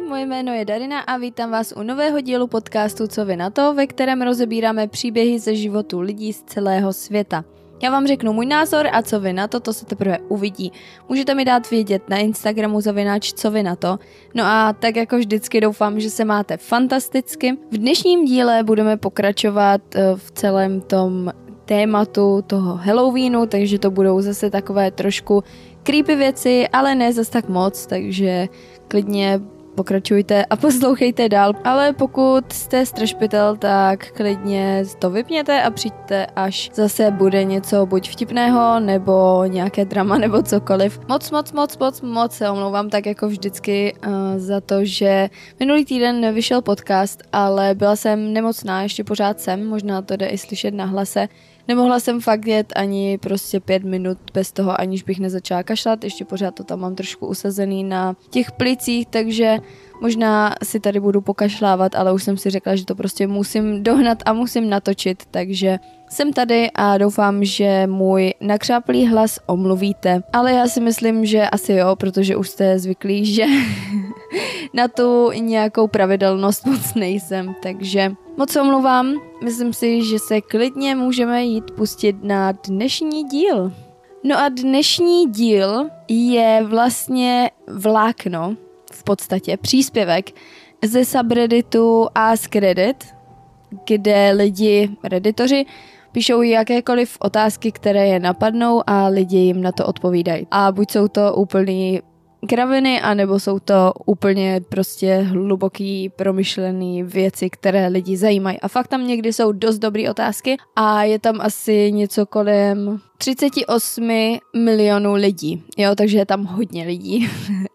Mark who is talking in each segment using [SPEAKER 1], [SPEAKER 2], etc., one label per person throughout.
[SPEAKER 1] moje jméno je Darina a vítám vás u nového dílu podcastu Co vy na to, ve kterém rozebíráme příběhy ze životu lidí z celého světa. Já vám řeknu můj názor a co vy na to se teprve uvidí. Můžete mi dát vědět na Instagramu @co vy na to. No a tak jako vždycky doufám, že se máte fantasticky. V dnešním díle budeme pokračovat v celém tom tématu toho Halloweenu, takže to budou zase takové trošku creepy věci, ale ne zas tak moc, takže klidně pokračujte a poslouchejte dál. Ale pokud jste strašpitel, tak klidně to vypněte a přijďte, až zase bude něco buď vtipného, nebo nějaké drama, nebo cokoliv. Moc se omlouvám, tak jako vždycky za to, že minulý týden nevyšel podcast, ale byla jsem nemocná, ještě pořád jsem, možná to jde i slyšet na hlase. Nemohla jsem fakt jet ani prostě 5 minut bez toho, aniž bych nezačala kašlat, ještě pořád to tam mám trošku usazený na těch plicích, takže možná si tady budu pokašlávat, ale už jsem si řekla, že to prostě musím dohnat a musím natočit, takže jsem tady a doufám, že můj nakřáplý hlas omluvíte. Ale já si myslím, že asi jo, protože už jste zvyklí, že na tu nějakou pravidelnost moc nejsem, takže moc se omluvám. Myslím si, že se klidně můžeme jít pustit na dnešní díl. No a dnešní díl je vlastně vlákno, v podstatě příspěvek ze subredditu Ask Reddit, kde lidi, redditoři, píšou jakékoliv otázky, které je napadnou a lidi jim na to odpovídají. A buď jsou to úplný kraviny, anebo jsou to úplně prostě hluboký, promyšlený věci, které lidi zajímají. A fakt tam někdy jsou dost dobrý otázky a je tam asi něco kolem 38 milionů lidí. Jo, takže je tam hodně lidí.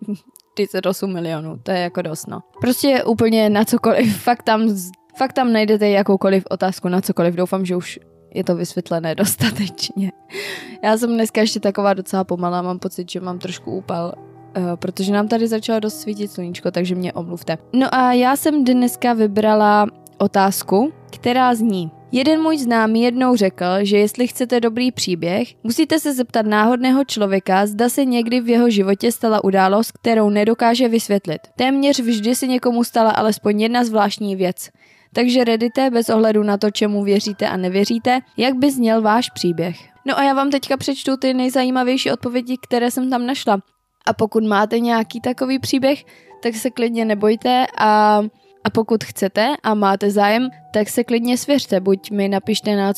[SPEAKER 1] 38 milionů, to je jako dost, no. Prostě úplně na cokoliv. Fakt tam najdete jakoukoliv otázku na cokoliv. Doufám, že už je to vysvětlené dostatečně. Já jsem dneska ještě taková docela pomalá, mám pocit, že mám trošku úpal, protože nám tady začalo dost svítit sluníčko, takže mě omluvte. No a já jsem dneska vybrala otázku, která zní: jeden můj známý jednou řekl, že jestli chcete dobrý příběh, musíte se zeptat náhodného člověka, zda se někdy v jeho životě stala událost, kterou nedokáže vysvětlit. Téměř vždy se někomu stala alespoň jedna zvláštní věc. Takže Reddite, bez ohledu na to, čemu věříte a nevěříte, jak by zněl váš příběh. No a já vám teďka přečtu ty nejzajímavější odpovědi, které jsem tam našla. A pokud máte nějaký takový příběh, tak se klidně nebojte a pokud chcete a máte zájem, tak se klidně svěřte. Buď mi napište na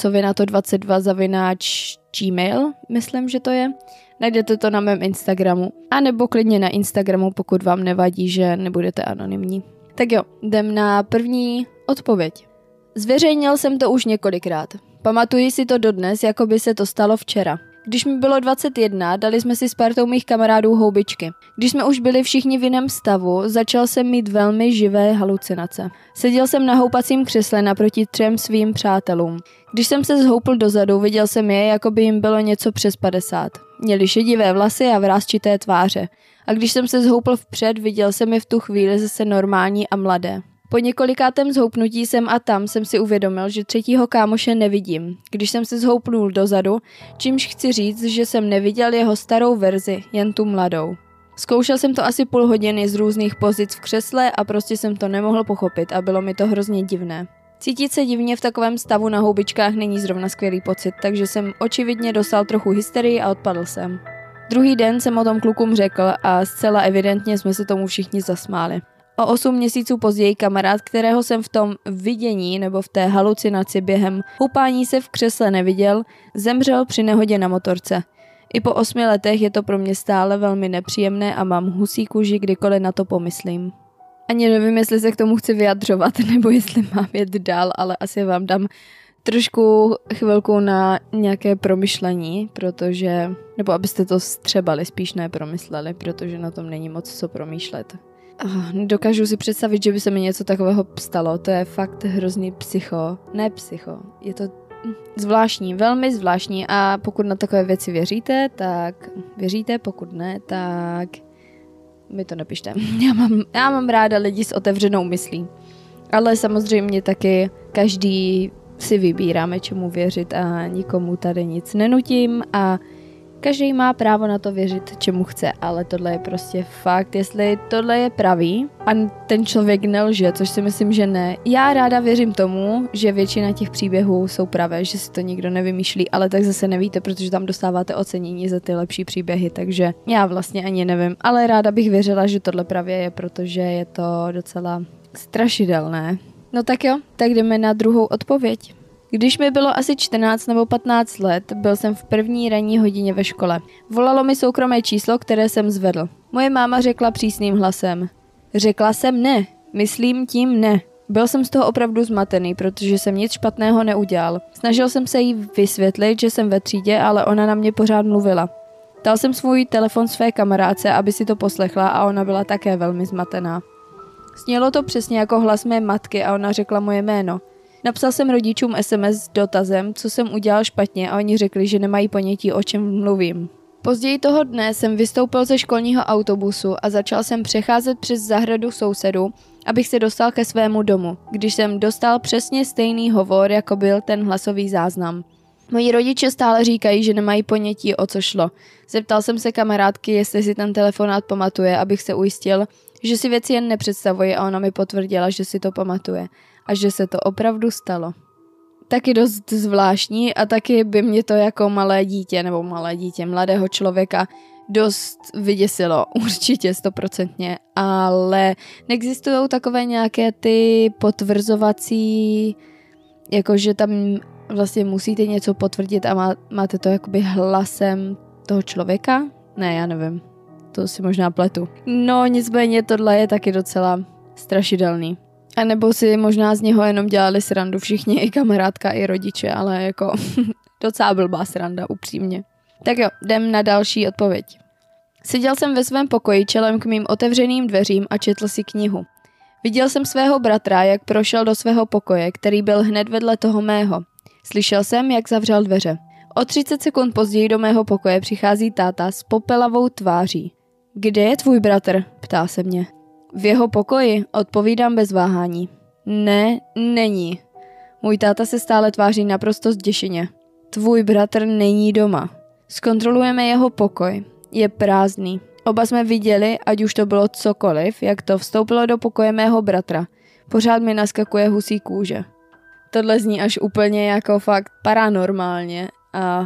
[SPEAKER 1] covinato22@gmail, myslím, že to je. Najdete to na mém Instagramu. A nebo klidně na Instagramu, pokud vám nevadí, že nebudete anonymní. Tak jo, jdem na první odpověď. Zveřejnil jsem to už několikrát. Pamatuji si to dodnes, jako by se to stalo včera. Když mi bylo 21, dali jsme si s partou mých kamarádů houbičky. Když jsme už byli všichni v jiném stavu, začal jsem mít velmi živé halucinace. Seděl jsem na houpacím křesle naproti 3 svým přátelům. Když jsem se zhoupl dozadu, viděl jsem je, jako by jim bylo něco přes 50. Měli šedivé vlasy a vrásčité tváře. A když jsem se zhoupl vpřed, viděl jsem je v tu chvíli zase normální a mladé. Po několikátém zhoupnutí sem a tam jsem si uvědomil, že třetího kámoše nevidím, když jsem se zhoupnul dozadu, čímž chci říct, že jsem neviděl jeho starou verzi, jen tu mladou. Zkoušel jsem to asi půl hodiny z různých pozic v křesle a prostě jsem to nemohl pochopit a bylo mi to hrozně divné. Cítit se divně v takovém stavu na houbičkách není zrovna skvělý pocit, takže jsem očividně dostal trochu hysterii a odpadl jsem. Druhý den jsem o tom klukům řekl a zcela evidentně jsme se tomu všichni zasmáli. O 8 měsíců později kamarád, kterého jsem v tom vidění nebo v té halucinaci během houpání se v křesle neviděl, zemřel při nehodě na motorce. I po 8 letech je to pro mě stále velmi nepříjemné a mám husí kůži, kdykoliv na to pomyslím. Ani nevím, jestli se k tomu chci vyjadřovat, nebo jestli mám jet dál, ale asi vám dám trošku chvilku na nějaké promyšlení, protože, nebo abyste to střebali, spíš ne promysleli, protože na tom není moc co promýšlet. Dokážu si představit, že by se mi něco takového stalo, to je fakt hrozný je to zvláštní, velmi zvláštní a pokud na takové věci věříte, tak věříte, pokud ne, tak mi to nepište. Já mám ráda lidi s otevřenou myslí, ale samozřejmě taky každý si vybíráme, čemu věřit a nikomu tady nic nenutím a Každý má právo na to věřit, čemu chce, ale tohle je prostě fakt, jestli tohle je pravý a ten člověk nelže, což si myslím, že ne. Já ráda věřím tomu, že většina těch příběhů jsou pravé, že si to nikdo nevymýšlí, ale tak zase nevíte, protože tam dostáváte ocenění za ty lepší příběhy, takže já vlastně ani nevím, ale ráda bych věřila, že tohle pravě je, protože je to docela strašidelné. No tak jo, tak jdeme na druhou odpověď. Když mi bylo asi 14 nebo 15 let, byl jsem v první ranní hodině ve škole. Volalo mi soukromé číslo, které jsem zvedl. Moje máma řekla přísným hlasem. Řekla jsem ne, myslím tím ne. Byl jsem z toho opravdu zmatený, protože jsem nic špatného neudělal. Snažil jsem se jí vysvětlit, že jsem ve třídě, ale ona na mě pořád mluvila. Dal jsem svůj telefon své kamarádce, aby si to poslechla a ona byla také velmi zmatená. Snělo to přesně jako hlas mé matky a ona řekla moje jméno. Napsal jsem rodičům SMS s dotazem, co jsem udělal špatně a oni řekli, že nemají ponětí, o čem mluvím. Později toho dne jsem vystoupil ze školního autobusu a začal jsem přecházet přes zahradu sousedů, abych se dostal ke svému domu, když jsem dostal přesně stejný hovor, jako byl ten hlasový záznam. Moji rodiče stále říkají, že nemají ponětí, o co šlo. Zeptal jsem se kamarádky, jestli si ten telefonát pamatuje, abych se ujistil, že si věci jen nepředstavuje a ona mi potvrdila, že si to pamatuje a že se to opravdu stalo. Taky dost zvláštní a taky by mě to jako mladého člověka dost vyděsilo, určitě 100%, ale neexistují takové nějaké ty potvrzovací, jakože tam vlastně musíte něco potvrdit a máte to jakoby hlasem toho člověka? Ne, já nevím, to si možná pletu. No nicméně tohle je taky docela strašidelný. A nebo si možná z něho jenom dělali srandu všichni, i kamarádka, i rodiče, ale jako docela blbá sranda, upřímně. Tak jo, jdem na další odpověď. Seděl jsem ve svém pokoji čelem k mým otevřeným dveřím a četl si knihu. Viděl jsem svého bratra, jak prošel do svého pokoje, který byl hned vedle toho mého. Slyšel jsem, jak zavřel dveře. O 30 sekund později do mého pokoje přichází táta s popelavou tváří. Kde je tvůj bratr? Ptá se mě. V jeho pokoji, odpovídám bez váhání. Ne, není. Můj táta se stále tváří naprosto zděšeně. Tvůj bratr není doma. Zkontrolujeme jeho pokoj. Je prázdný. Oba jsme viděli, ať už to bylo cokoliv, jak to vstoupilo do pokoje mého bratra. Pořád mi naskakuje husí kůže. Tohle zní až úplně jako fakt paranormálně a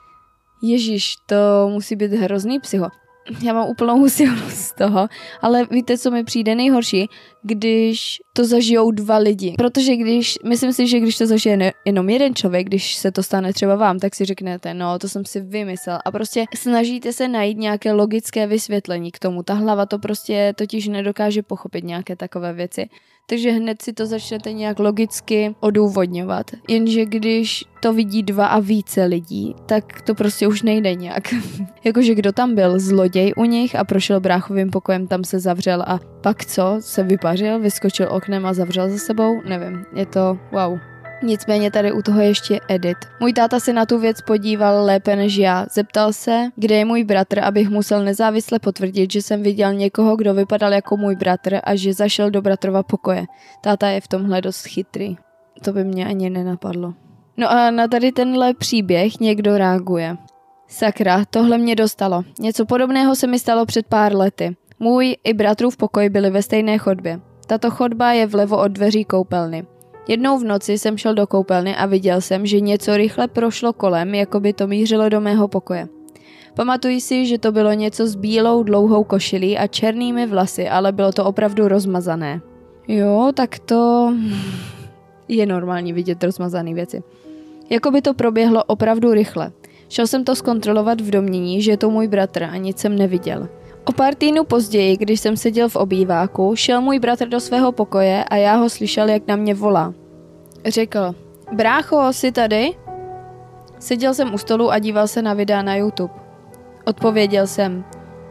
[SPEAKER 1] ježiš, to musí být hrozný psycho. Já mám úplnou husilost z toho, ale víte, co mi přijde nejhorší? Když to zažijou dva lidi. Protože myslím si, že když to zažije jenom jeden člověk, když se to stane třeba vám, tak si řeknete, no to jsem si vymyslel a prostě snažíte se najít nějaké logické vysvětlení k tomu. Ta hlava to prostě totiž nedokáže pochopit nějaké takové věci. Takže hned si to začnete nějak logicky odůvodňovat. Jenže když to vidí dva a více lidí, tak to prostě už nejde nějak. Jakože kdo tam byl? Zloděj u nich a prošel bráchovým pokojem, tam se zavřel a pak co? Se vypařil, vyskočil oknem a zavřel za sebou? Nevím, je to wow. Nicméně tady u toho ještě edit. Můj táta se na tu věc podíval lépe než já. Zeptal se, kde je můj bratr, abych musel nezávisle potvrdit, že jsem viděl někoho, kdo vypadal jako můj bratr a že zašel do bratrova pokoje. Táta je v tomhle dost chytrý. To by mě ani nenapadlo. No a na tady tenhle příběh někdo reaguje. Sakra, tohle mě dostalo. Něco podobného se mi stalo před pár lety. Můj i bratrův pokoj byli ve stejné chodbě. Tato chodba je vlevo od dveří koupelny. Jednou v noci jsem šel do koupelny a viděl jsem, že něco rychle prošlo kolem, jako by to mířilo do mého pokoje. Pamatuji si, že to bylo něco s bílou dlouhou košilí a černými vlasy, ale bylo to opravdu rozmazané. Jo, tak to je normální vidět rozmazané věci. Jako by to proběhlo opravdu rychle. Šel jsem to zkontrolovat v domnění, že je to můj bratr a nic jsem neviděl. O pár týdnů později, když jsem seděl v obýváku, šel můj bratr do svého pokoje a já ho slyšel, jak na mě volá. Řekl, brácho, jsi tady? Seděl jsem u stolu a díval se na videa na YouTube. Odpověděl jsem,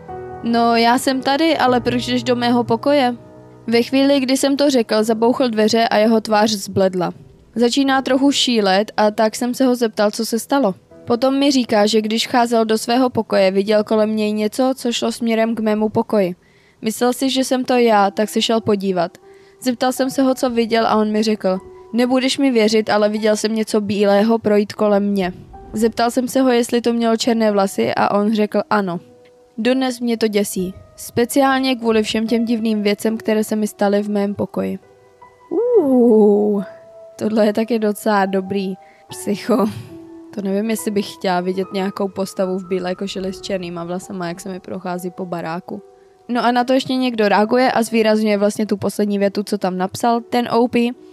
[SPEAKER 1] no já jsem tady, ale proč jdeš do mého pokoje? Ve chvíli, kdy jsem to řekl, zabouchl dveře a jeho tvář zbledla. Začíná trochu šílet a tak jsem se ho zeptal, co se stalo. Potom mi říká, že když vcházel do svého pokoje, viděl kolem něj něco, co šlo směrem k mému pokoji. Myslel si, že jsem to já, tak se šel podívat. Zeptal jsem se ho, co viděl a on mi řekl, nebudeš mi věřit, ale viděl jsem něco bílého projít kolem mě. Zeptal jsem se ho, jestli to mělo černé vlasy a on řekl ano. Dodnes mě to děsí. Speciálně kvůli všem těm divným věcem, které se mi staly v mém pokoji. Tohle je taky docela dobrý psycho. To nevím, jestli bych chtěla vidět nějakou postavu v bílé košili s černýma vlasama, jak se mi prochází po baráku. No a na to ještě někdo reaguje a zvýrazňuje vlastně tu poslední větu, co tam napsal ten OP,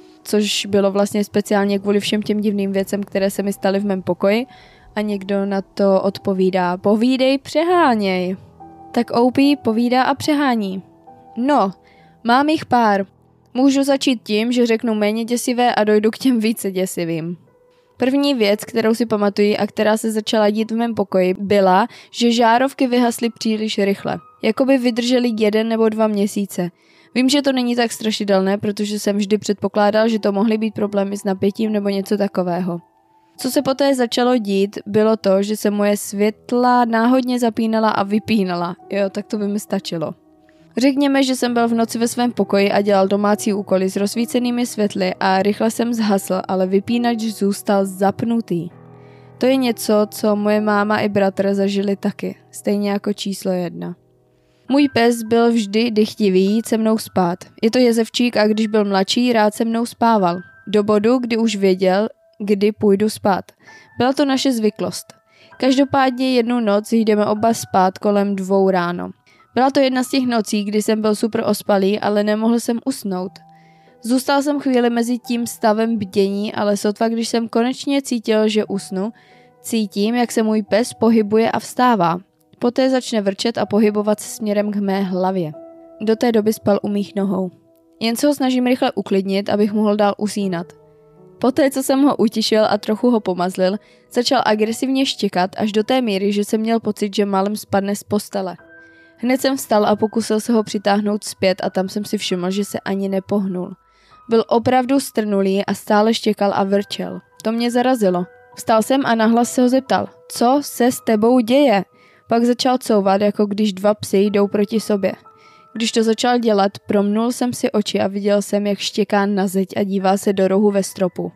[SPEAKER 1] což bylo vlastně speciálně kvůli všem těm divným věcem, které se mi staly v mém pokoji. A někdo na to odpovídá, povídej, přeháněj. Tak OP povídá a přehání. No, mám jich pár. Můžu začít tím, že řeknu méně děsivé a dojdu k těm více děsivým. První věc, kterou si pamatuji a která se začala dít v mém pokoji, byla, že žárovky vyhasly příliš rychle. Jakoby vydržely 1 nebo 2 měsíce. Vím, že to není tak strašidelné, protože jsem vždy předpokládal, že to mohly být problémy s napětím nebo něco takového. Co se poté začalo dít, bylo to, že se moje světla náhodně zapínala a vypínala. Jo, tak to by mi stačilo. Řekněme, že jsem byl v noci ve svém pokoji a dělal domácí úkoly s rozsvícenými světly a rychle jsem zhasl, ale vypínač zůstal zapnutý. To je něco, co moje máma i bratr zažili taky, stejně jako číslo 1. Můj pes byl vždy dychtivý jít se mnou spát. Je to jezevčík a když byl mladší, rád se mnou spával. Do bodu, kdy už věděl, kdy půjdu spát. Byla to naše zvyklost. Každopádně jednu noc jdeme oba spát kolem 2 ráno. Byla to jedna z těch nocí, kdy jsem byl super ospalý, ale nemohl jsem usnout. Zůstal jsem chvíli mezi tím stavem bdění, ale sotva, když jsem konečně cítil, že usnu, cítím, jak se můj pes pohybuje a vstává. Poté začne vrčet a pohybovat se směrem k mé hlavě. Do té doby spal u mých nohou. Jen se ho snažím rychle uklidnit, abych mohl dál usínat. Poté, co jsem ho utišil a trochu ho pomazlil, začal agresivně štěkat až do té míry, že jsem měl pocit, že málem spadne z postele. Hned jsem vstal a pokusil se ho přitáhnout zpět a tam jsem si všiml, že se ani nepohnul. Byl opravdu strnulý a stále štěkal a vrčel. To mě zarazilo. Vstal jsem a nahlas se ho zeptal, co se s tebou děje? Pak začal couvat, jako když 2 psy jdou proti sobě. Když to začal dělat, promnul jsem si oči a viděl jsem, jak štěká na zeď a dívá se do rohu ve stropu.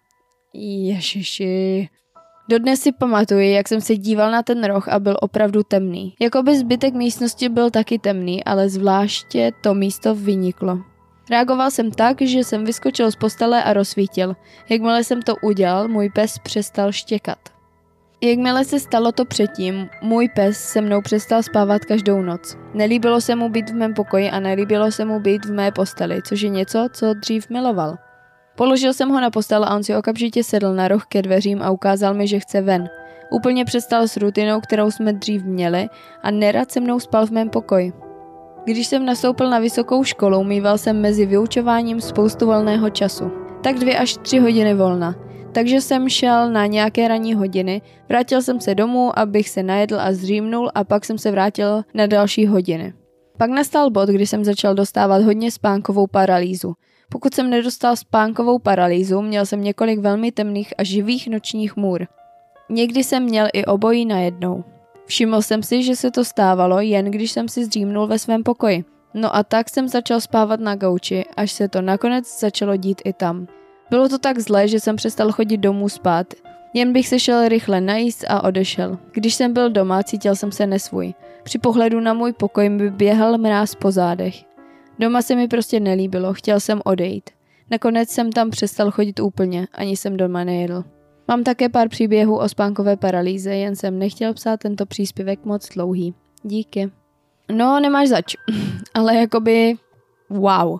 [SPEAKER 1] Ježiši. Dodnes si pamatuji, jak jsem se díval na ten roh a byl opravdu temný. Jakoby zbytek místnosti byl taky temný, ale zvláště to místo vyniklo. Reagoval jsem tak, že jsem vyskočil z postele a rozsvítil. Jakmile jsem to udělal, můj pes přestal štěkat. Jakmile se stalo to předtím, můj pes se mnou přestal spávat každou noc. Nelíbilo se mu být v mém pokoji a nelíbilo se mu být v mé posteli, což je něco, co dřív miloval. Položil jsem ho na postel a on si okamžitě sedl na roh ke dveřím a ukázal mi, že chce ven. Úplně přestal s rutinou, kterou jsme dřív měli a nerad se mnou spal v mém pokoji. Když jsem nastoupil na vysokou školu, mýval jsem mezi vyučováním spoustu volného času. Tak 2 až 3 hodiny volna. Takže jsem šel na nějaké ranní hodiny, vrátil jsem se domů, abych se najedl a zřímnul a pak jsem se vrátil na další hodiny. Pak nastal bod, kdy jsem začal dostávat hodně spánkovou paralýzu. Pokud jsem nedostal spánkovou paralýzu, měl jsem několik velmi temných a živých nočních můr. Někdy jsem měl i obojí najednou. Všiml jsem si, že se to stávalo jen když jsem si zdřímnul ve svém pokoji. No a tak jsem začal spávat na gauči, až se to nakonec začalo dít i tam. Bylo to tak zlé, že jsem přestal chodit domů spát. Jen bych se šel rychle najíst a odešel. Když jsem byl doma, cítil jsem se nesvůj. Při pohledu na můj pokoj mi běhal mráz po zádech. Doma se mi prostě nelíbilo, chtěl jsem odejít. Nakonec jsem tam přestal chodit úplně, ani jsem doma nejedl. Mám také pár příběhů o spánkové paralýze, jen jsem nechtěl psát tento příspěvek moc dlouhý. Díky. No, nemáš zač. Ale jakoby wow.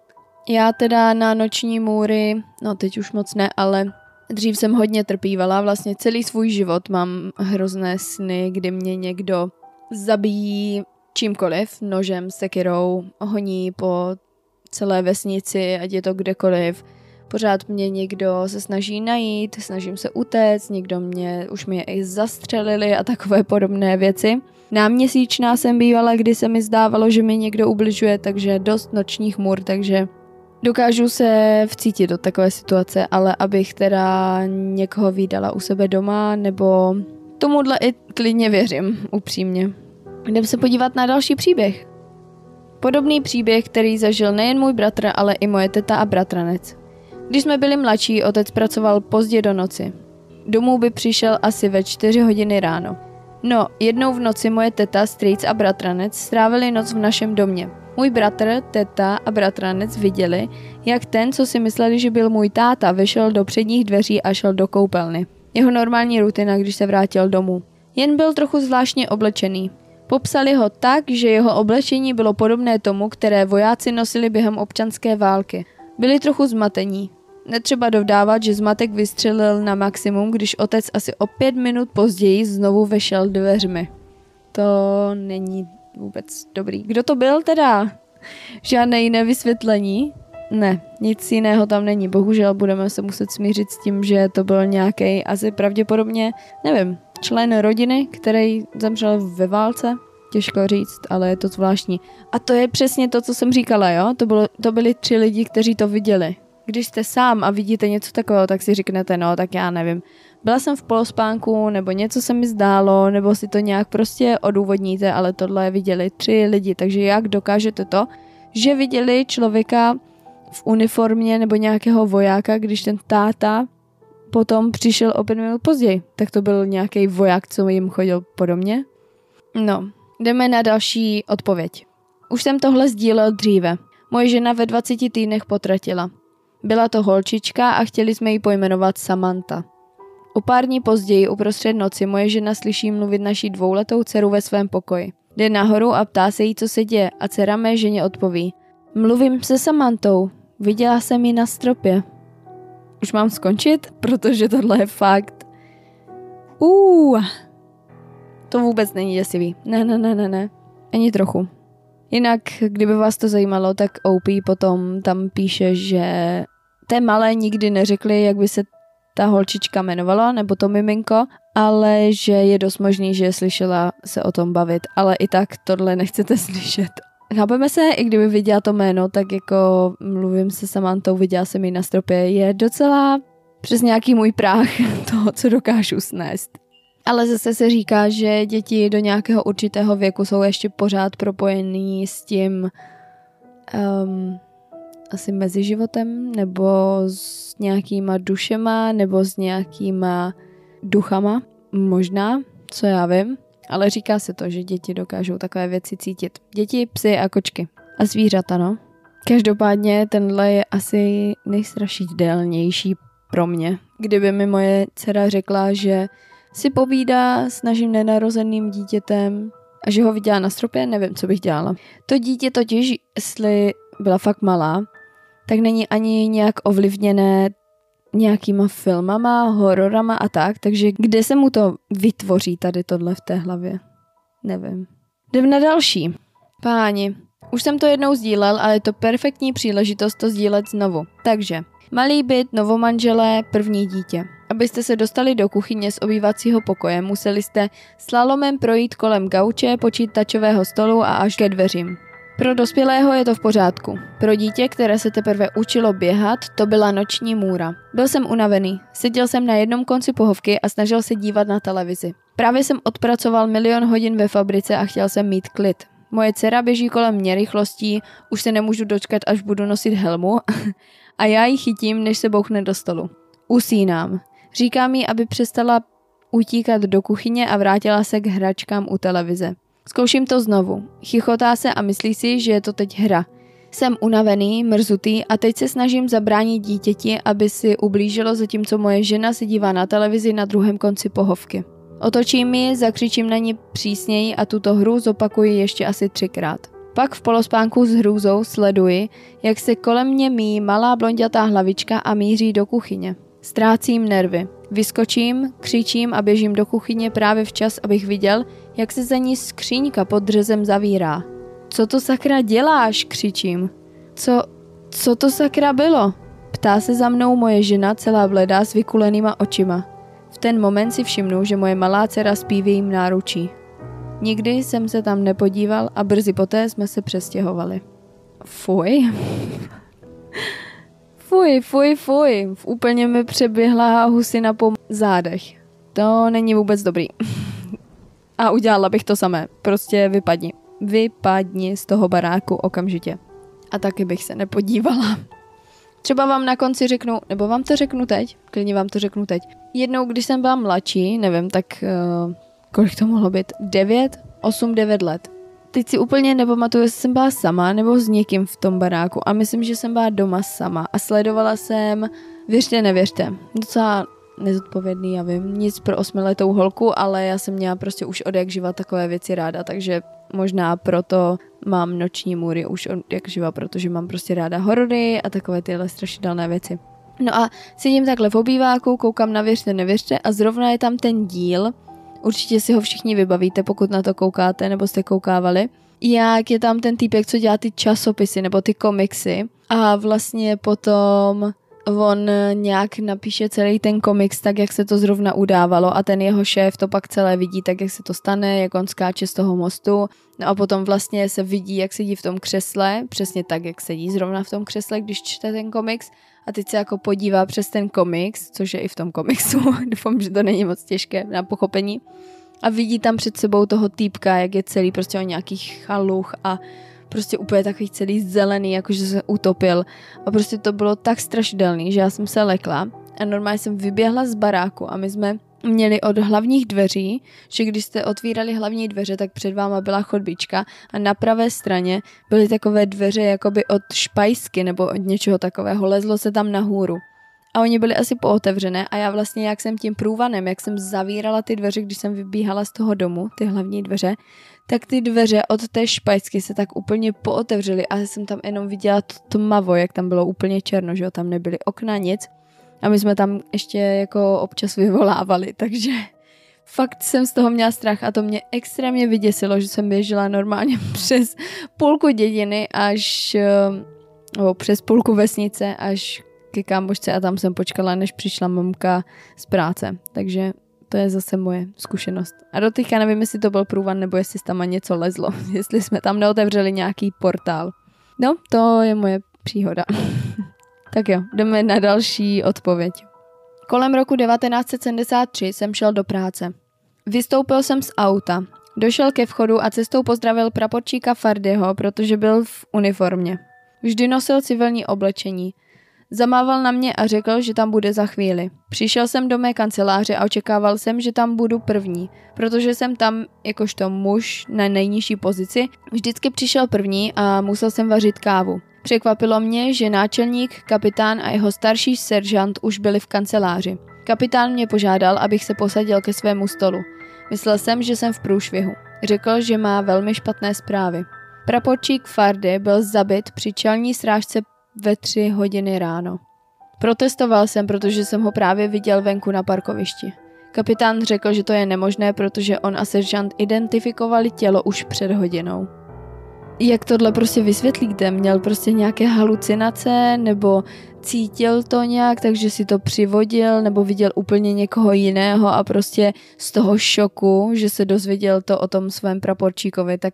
[SPEAKER 1] Já teda na noční můry, no teď už moc ne, ale dřív jsem hodně trpívala, vlastně celý svůj život mám hrozné sny, kdy mě někdo zabíjí čímkoliv, nožem, sekirou, honí po celé vesnici, ať je to kdekoliv. Pořád mě někdo se snaží najít, snažím se utéct, už mě i zastřelili a takové podobné věci. Náměsíčná jsem bývala, kdy se mi zdávalo, že mi někdo ubližuje, takže dost nočních můr, takže dokážu se vcítit do takové situace, ale abych teda někoho vídala u sebe doma, nebo tomuhle i klidně věřím, upřímně. Jdem se podívat na další příběh. Podobný příběh, který zažil nejen můj bratr, ale i moje teta a bratranec. Když jsme byli mladší, otec pracoval pozdě do noci. Domů by přišel asi ve 4 hodiny ráno. No, jednou v noci moje teta, strýc a bratranec strávili noc v našem domě. Můj bratr, teta a bratranec viděli, jak ten, co si mysleli, že byl můj táta, vešel do předních dveří a šel do koupelny. Jeho normální rutina, když se vrátil domů. Jen byl trochu zvláštně oblečený. Popsali ho tak, že jeho oblečení bylo podobné tomu, které vojáci nosili během občanské války. Byli trochu zmatení. Netřeba dovdávat, že zmatek vystřelil na maximum, když otec asi o 5 minut později znovu vešel dveřmi. To není vůbec dobrý. Kdo to byl teda? Žádné jiné vysvětlení? Ne, nic jiného tam není. Bohužel budeme se muset smířit s tím, že to byl nějaký asi pravděpodobně, nevím, člen rodiny, který zemřel ve válce. Těžko říct, ale je to zvláštní. A to je přesně to, co jsem říkala, jo? To byli 3 lidi, kteří to viděli. Když jste sám a vidíte něco takového, tak si řeknete, no, tak já nevím. Byla jsem v polospánku, nebo něco se mi zdálo, nebo si to nějak prostě odůvodníte, ale tohle viděli 3 lidi, takže jak dokážete to, že viděli člověka v uniformě nebo nějakého vojáka, když ten táta potom přišel o 5 minut později. Tak to byl nějaký voják, co jim chodil podobně. No, jdeme na další odpověď. Už jsem tohle sdílel dříve. Moje žena ve 20 týdnech potratila. Byla to holčička a chtěli jsme ji pojmenovat Samantha. O pár dní později uprostřed noci moje žena slyší mluvit naší 2letou dceru ve svém pokoji. Jde nahoru a ptá se jí, co se děje, a dcera mé ženě odpoví. Mluvím se Samantou. Viděla jsem ji na stropě. Už mám skončit? Protože tohle je fakt. To vůbec není děsivý. Ne. Ani trochu. Jinak, kdyby vás to zajímalo, tak OP potom tam píše, že té malé nikdy neřekli, jak by se ta holčička jmenovala, nebo to miminko, ale že je dost možný, že slyšela se o tom bavit, ale i tak tohle nechcete slyšet. Chápeme se, i kdyby viděla to jméno, tak jako mluvím se Samantou, viděla jsem ji na stropě, je docela přes nějaký můj práh toho, co dokážu snést. Ale zase se říká, že děti do nějakého určitého věku jsou ještě pořád propojený s tím asi mezi životem, nebo s nějakýma dušema, nebo s nějakýma duchama, možná, co já vím. Ale říká se to, že děti dokážou takové věci cítit. Děti, psy a kočky. A zvířata, no. Každopádně tenhle je asi nejstrašidelnější pro mě. Kdyby mi moje dcera řekla, že si povídá s naším nenarozeným dítětem a že ho viděla na stropě, nevím, co bych dělala. To dítě totiž, jestli byla fakt malá, tak není ani nějak ovlivněné nějakýma filmama, hororama a tak, takže kde se mu to vytvoří tady tohle v té hlavě? Nevím. Jdem na další. Páni, už jsem to jednou sdílel, ale je to perfektní příležitost to sdílet znovu. Takže, malý byt, novomanželé, první dítě. Abyste se dostali do kuchyně z obývacího pokoje, museli jste slalomem projít kolem gauče, počítačového stolu a až ke dveřím. Pro dospělého je to v pořádku. Pro dítě, které se teprve učilo běhat, to byla noční můra. Byl jsem unavený. Seděl jsem na jednom konci pohovky a snažil se dívat na televizi. Právě jsem odpracoval 1 000 000 hodin ve fabrice a chtěl jsem mít klid. Moje dcera běží kolem mě rychlostí, už se nemůžu dočkat, až budu nosit helmu a já ji chytím, než se bouchne do stolu. Usínám. Říkám jí, aby přestala utíkat do kuchyně a vrátila se k hračkám u televize. Zkouším to znovu. Chichotá se a myslí si, že je to teď hra. Jsem unavený, mrzutý a teď se snažím zabránit dítěti, aby si ublížilo, zatímco moje žena se dívá na televizi na druhém konci pohovky. Otočím ji, zakřičím na ní přísněji a tuto hru zopakuji ještě asi 3krát. Pak v polospánku s hrůzou sleduji, jak se kolem mě míjí malá blondětá hlavička a míří do kuchyně. Ztrácím nervy. Vyskočím, křičím a běžím do kuchyně právě včas, abych viděl, jak se za ní skříňka pod dřezem zavírá. Co to sakra děláš? Křičím. Co to sakra bylo? Ptá se za mnou moje žena celá bledá s vykulenýma očima. V ten moment si všimnu, že moje malá dcera spí v jejím náručí. Nikdy jsem se tam nepodíval a brzy poté jsme se přestěhovali. Fuj. Fuj. Úplně mi přeběhla husina po zádech. To není vůbec dobrý. A udělala bych to samé. Prostě vypadni. Vypadni z toho baráku okamžitě. A taky bych se nepodívala. Třeba vám na konci řeknu, nebo vám to řeknu teď, klidně vám to řeknu teď. Jednou, když jsem byla mladší, nevím, tak kolik to mohlo být? 9 let. Teď si úplně nepamatuju, jestli jsem byla sama nebo s někým v tom baráku a myslím, že jsem byla doma sama a sledovala jsem, věřte, nevěřte, docela nezodpovědný, já vím, nic pro 8letou holku, ale já jsem měla prostě už od jak živa takové věci ráda, takže možná proto mám noční můry už od jak živa, protože mám prostě ráda horory a takové tyhle strašidelné věci. No a sedím takhle v obýváku, koukám na Věřte, nevěřte a zrovna je tam ten díl, určitě si ho všichni vybavíte, pokud na to koukáte nebo jste koukávali, jak je tam ten týpek, co dělá ty časopisy nebo ty komiksy a vlastně potom on nějak napíše celý ten komiks tak, jak se to zrovna udávalo a ten jeho šéf to pak celé vidí tak, jak se to stane, jak on skáče z toho mostu. No a potom vlastně se vidí, jak sedí v tom křesle, přesně tak, jak sedí zrovna v tom křesle, když čte ten komiks a teď se jako podívá přes ten komiks, což je i v tom komiksu, doufám, že to není moc těžké na pochopení. A vidí tam před sebou toho týpka, jak je celý prostě o nějakých chaluch a prostě úplně takový celý zelený, jakože se utopil. A prostě to bylo tak strašidelný, že já jsem se lekla a normálně jsem vyběhla z baráku a my jsme měli od hlavních dveří, že když jste otvírali hlavní dveře, tak před váma byla chodbička a na pravé straně byly takové dveře jakoby od špajsky nebo od něčeho takového, lezlo se tam nahoru. A oni byli asi pootevřené a já vlastně, jak jsem tím průvanem, jak jsem zavírala ty dveře, když jsem vybíhala z toho domu, ty hlavní dveře, tak ty dveře od té špajsky se tak úplně pootevřely a jsem tam jenom viděla to tmavo, jak tam bylo úplně černo, že jo, tam nebyly okna, nic. A my jsme tam ještě jako občas vyvolávali, takže fakt jsem z toho měla strach a to mě extrémně vyděsilo, že jsem běžela normálně přes půlku dědiny až přes půlku vesnice až ke kámošce a tam jsem počkala, než přišla mamka z práce. Takže to je zase moje zkušenost. A doteďka nevím, jestli to byl průvan, nebo jestli tam něco lezlo. Jestli jsme tam neotevřeli nějaký portál. No, to je moje příhoda. Tak jo, jdeme na další odpověď. Kolem roku 1973 jsem šel do práce. Vystoupil jsem z auta. Došel ke vchodu a cestou pozdravil praporčíka Fardyho, protože byl v uniformě. Vždy nosil civilní oblečení. Zamával na mě a řekl, že tam bude za chvíli. Přišel jsem do mé kanceláře a očekával jsem, že tam budu první, protože jsem tam jakožto muž na nejnižší pozici vždycky přišel první a musel jsem vařit kávu. Překvapilo mě, že náčelník, kapitán a jeho starší seržant už byli v kanceláři. Kapitán mě požádal, abych se posadil ke svému stolu. Myslel jsem, že jsem v průšvihu. Řekl, že má velmi špatné zprávy. Praporčík Fardy byl zabit při čelní srážce ve 3 hodiny ráno. Protestoval jsem, protože jsem ho právě viděl venku na parkovišti. Kapitán řekl, že to je nemožné, protože on a seržant identifikovali tělo už před hodinou. Jak tohle prostě vysvětlíte? Měl prostě nějaké halucinace, nebo cítil to nějak, takže si to přivodil, nebo viděl úplně někoho jiného a prostě z toho šoku, že se dozvěděl to o tom svém praporčíkovi, tak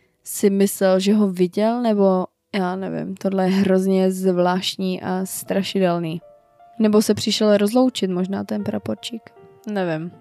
[SPEAKER 1] si myslel, že ho viděl, nebo já nevím, tohle je hrozně zvláštní a strašidelný. Nebo se přišel rozloučit možná ten praporčík. Nevím.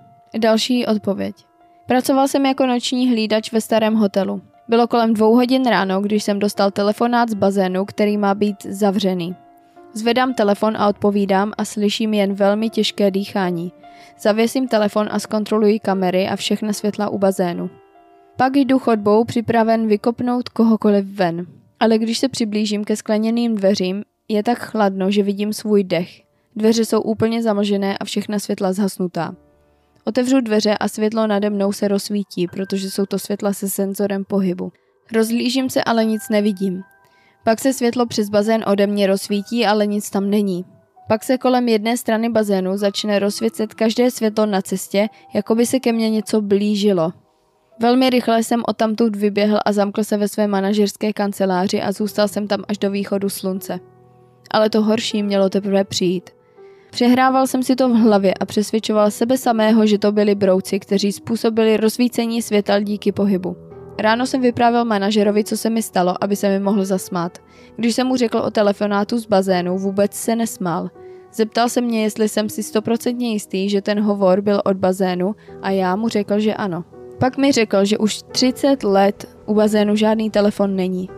[SPEAKER 1] Další odpověď. Pracoval jsem jako noční hlídač ve starém hotelu. Bylo kolem 2 hodin ráno, když jsem dostal telefonát z bazénu, který má být zavřený. Zvedám telefon a odpovídám a slyším jen velmi těžké dýchání. Zavěsím telefon a zkontroluji kamery a všechna světla u bazénu. Pak jdu chodbou připraven vykopnout kohokoliv ven. Ale když se přiblížím ke skleněným dveřím, je tak chladno, že vidím svůj dech. Dveře jsou úplně zamlžené a všechna světla zhasnutá. Otevřu dveře a světlo nade mnou se rozsvítí, protože jsou to světla se senzorem pohybu. Rozhlížím se, ale nic nevidím. Pak se světlo přes bazén ode mě rozsvítí, ale nic tam není. Pak se kolem jedné strany bazénu začne rozsvěcet každé světlo na cestě, jako by se ke mně něco blížilo. Velmi rychle jsem odtamtud vyběhl a zamkl se ve své manažerské kanceláři a zůstal jsem tam až do východu slunce. Ale to horší mělo teprve přijít. Přehrával jsem si to v hlavě a přesvědčoval sebe samého, že to byli brouci, kteří způsobili rozsvícení světel díky pohybu. Ráno jsem vyprávěl manažerovi, co se mi stalo, aby se mi mohl zasmát. Když jsem mu řekl o telefonátu z bazénu, vůbec se nesmál. Zeptal se mě, jestli jsem si 100% jistý, že ten hovor byl od bazénu a já mu řekl, že ano. Pak mi řekl, že už 30 let u bazénu žádný telefon není.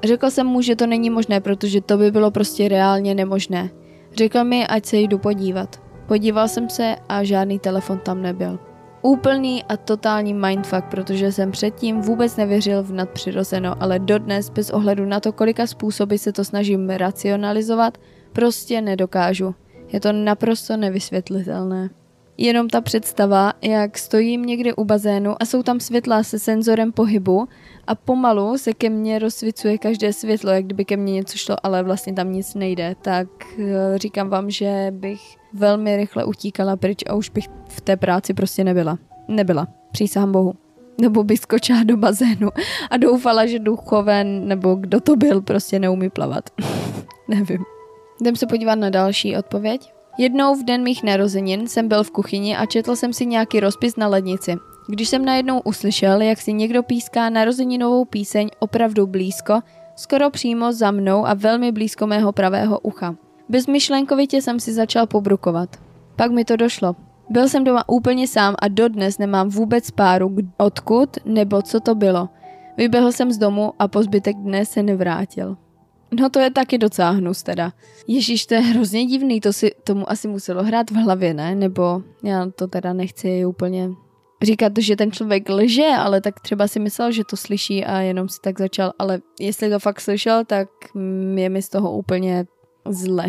[SPEAKER 1] Řekl jsem mu, že to není možné, protože to by bylo prostě reálně nemožné. Řekl mi, ať se jdu podívat. Podíval jsem se a žádný telefon tam nebyl. Úplný a totální mindfuck, protože jsem předtím vůbec nevěřil v nadpřirozeno, ale dodnes, bez ohledu na to, kolika způsoby se to snažím racionalizovat, prostě nedokážu. Je to naprosto nevysvětlitelné. Jenom ta představa, jak stojím někde u bazénu a jsou tam světla se senzorem pohybu a pomalu se ke mně rozsvicuje každé světlo, jak kdyby ke mně něco šlo, ale vlastně tam nic nejde, tak říkám vám, že bych velmi rychle utíkala pryč a už bych v té práci prostě nebyla. Přísahám Bohu. Nebo bych skočila do bazénu a doufala, že duchové nebo kdo to byl prostě neumí plavat. Nevím. Jdem se podívat na další odpověď. Jednou v den mých narozenin jsem byl v kuchyni a četl jsem si nějaký rozpis na lednici. Když jsem najednou uslyšel, jak si někdo píská narozeninovou píseň opravdu blízko, skoro přímo za mnou a velmi blízko mého pravého ucha. Bezmyšlenkovitě jsem si začal pobrukovat. Pak mi to došlo. Byl jsem doma úplně sám a dodnes nemám vůbec páru, odkud nebo co to bylo. Vyběhl jsem z domu a po zbytek dne se nevrátil. No to je taky docela hnus teda. Ježíš, to je hrozně divný, tomu asi muselo hrát v hlavě, ne? Nebo já to teda nechci úplně říkat, že ten člověk lže, ale tak třeba si myslel, že to slyší a jenom si tak začal, ale jestli to fakt slyšel, tak je mi z toho úplně zle.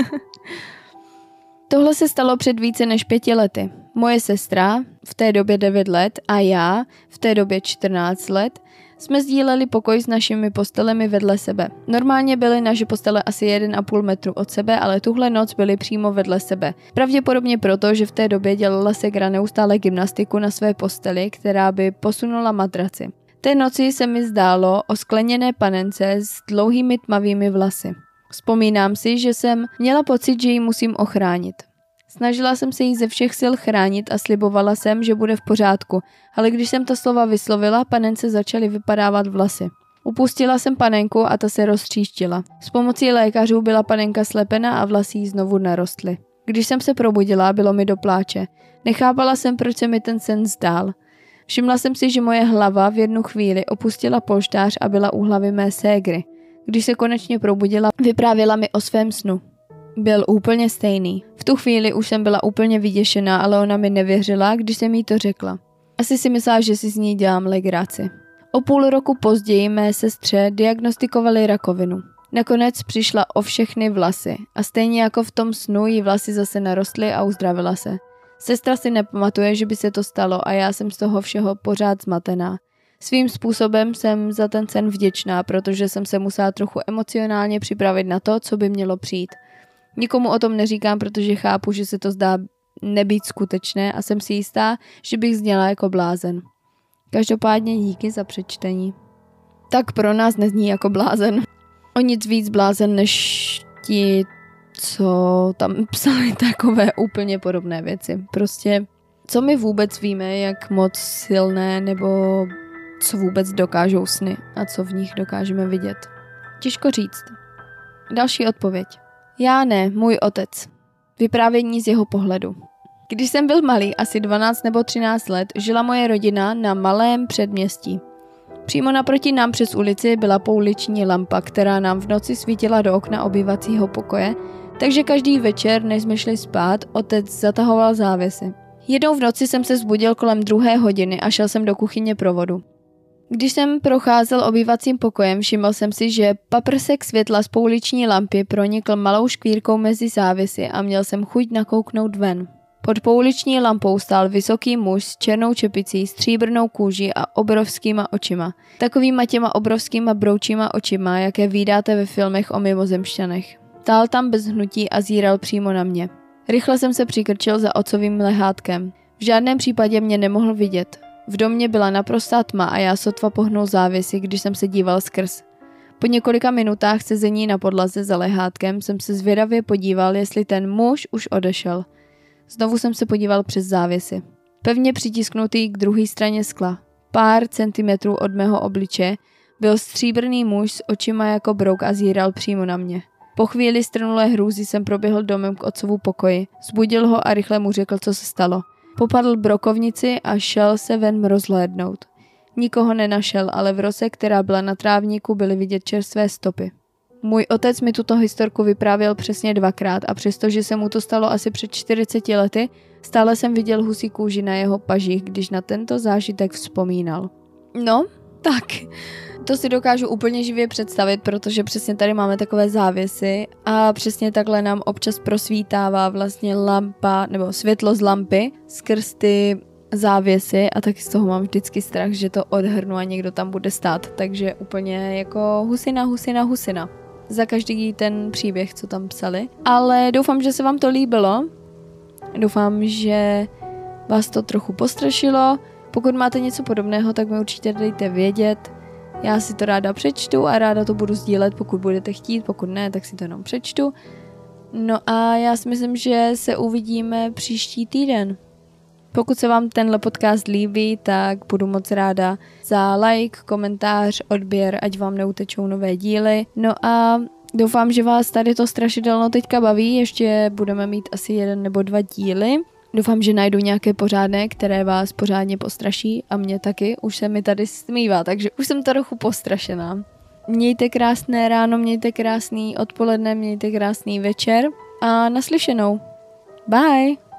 [SPEAKER 1] Tohle se stalo před více než 5 lety. Moje sestra, v té době 9 let, a já, v té době 14 let, jsme sdíleli pokoj s našimi postelemi vedle sebe. Normálně byly naše postele asi 1,5 metru od sebe, ale tuhle noc byly přímo vedle sebe. Pravděpodobně proto, že v té době dělala Segra neustále gymnastiku na své posteli, která by posunula matraci. Té noci se mi zdálo o skleněné panence s dlouhými tmavými vlasy. Vzpomínám si, že jsem měla pocit, že ji musím ochránit. Snažila jsem se jí ze všech sil chránit a slibovala jsem, že bude v pořádku, ale když jsem ta slova vyslovila, panence začaly vypadávat vlasy. Upustila jsem panenku a ta se roztříštila. S pomocí lékařů byla panenka slepena a vlasy jí znovu narostly. Když jsem se probudila, bylo mi do pláče. Nechápala jsem, proč se mi ten sen zdál. Všimla jsem si, že moje hlava v jednu chvíli opustila polštář a byla u hlavy mé ségry. Když se konečně probudila, vyprávěla mi o svém snu. Byl úplně stejný. V tu chvíli už jsem byla úplně vyděšená, ale ona mi nevěřila, když jsem jí to řekla. Asi si myslela, že si z ní dělám legraci. O půl roku později mé sestře diagnostikovali rakovinu. Nakonec přišla o všechny vlasy a stejně jako v tom snu jí vlasy zase narostly a uzdravila se. Sestra si nepamatuje, že by se to stalo a já jsem z toho všeho pořád zmatená. Svým způsobem jsem za ten sen vděčná, protože jsem se musela trochu emocionálně připravit na to, co by mělo přijít. Nikomu o tom neříkám, protože chápu, že se to zdá nebýt skutečné a jsem si jistá, že bych zněla jako blázen. Každopádně díky za přečtení. Tak pro nás nezní jako blázen. O nic víc blázen, než ti, co tam psali takové úplně podobné věci. Prostě, co my vůbec víme, jak moc silné nebo co vůbec dokážou sny a co v nich dokážeme vidět. Těžko říct. Další odpověď. Já ne, můj otec. Vyprávění z jeho pohledu. Když jsem byl malý, asi 12 nebo 13 let, žila moje rodina na malém předměstí. Přímo naproti nám přes ulici byla pouliční lampa, která nám v noci svítila do okna obývacího pokoje, takže každý večer, než jsme šli spát, otec zatahoval závěsy. Jednou v noci jsem se zbudil kolem 2 hodiny a šel jsem do kuchyně pro vodu. Když jsem procházel obývacím pokojem, všiml jsem si, že paprsek světla z pouliční lampy pronikl malou škvírkou mezi závěsy a měl jsem chuť nakouknout ven. Pod pouliční lampou stál vysoký muž s černou čepicí, stříbrnou kůží a obrovskýma očima. Takovýma těma obrovskýma broučíma očima, jaké vídáte ve filmech o mimozemšťanech. Stál tam bez hnutí a zíral přímo na mě. Rychle jsem se přikrčil za otcovým lehátkem. V žádném případě mě nemohl vidět. V domě byla naprostá tma a já sotva pohnul závěsy, když jsem se díval skrz. Po několika minutách sezení na podlaze za lehátkem jsem se zvědavě podíval, jestli ten muž už odešel. Znovu jsem se podíval přes závěsy. Pevně přitisknutý k druhé straně skla, pár centimetrů od mého obličeje, byl stříbrný muž s očima jako brouk a zíral přímo na mě. Po chvíli strnulé hrůzy jsem proběhl domem k otcovu pokoji, zbudil ho a rychle mu řekl, co se stalo. Popadl brokovnici a šel se ven rozhlédnout. Nikoho nenašel, ale v rose, která byla na trávníku, byly vidět čerstvé stopy. Můj otec mi tuto historku vyprávěl přesně 2krát a přestože se mu to stalo asi před 40 lety, stále jsem viděl husí kůži na jeho pažích, když na tento zážitek vzpomínal. No, tak, to si dokážu úplně živě představit, protože přesně tady máme takové závěsy a přesně takhle nám občas prosvítává vlastně lampa nebo světlo z lampy skrz ty závěsy a taky z toho mám vždycky strach, že to odhrnu a někdo tam bude stát, takže úplně jako husina za každý ten příběh, co tam psali. Ale doufám, že se vám to líbilo. Doufám, že vás to trochu postrašilo. Pokud máte něco podobného, tak mi určitě dejte vědět. Já si to ráda přečtu a ráda to budu sdílet, pokud budete chtít, pokud ne, tak si to jenom přečtu. No a já si myslím, že se uvidíme příští týden. Pokud se vám tenhle podcast líbí, tak budu moc ráda za like, komentář, odběr, ať vám neutečou nové díly. No a doufám, že vás tady to strašidelno teďka baví, ještě budeme mít asi 1 nebo 2 díly. Doufám, že najdu nějaké pořádné, které vás pořádně postraší a mě taky, už se mi tady smívá, takže už jsem trochu postrašená. Mějte krásné ráno, mějte krásný odpoledne, mějte krásný večer a naslyšenou. Bye!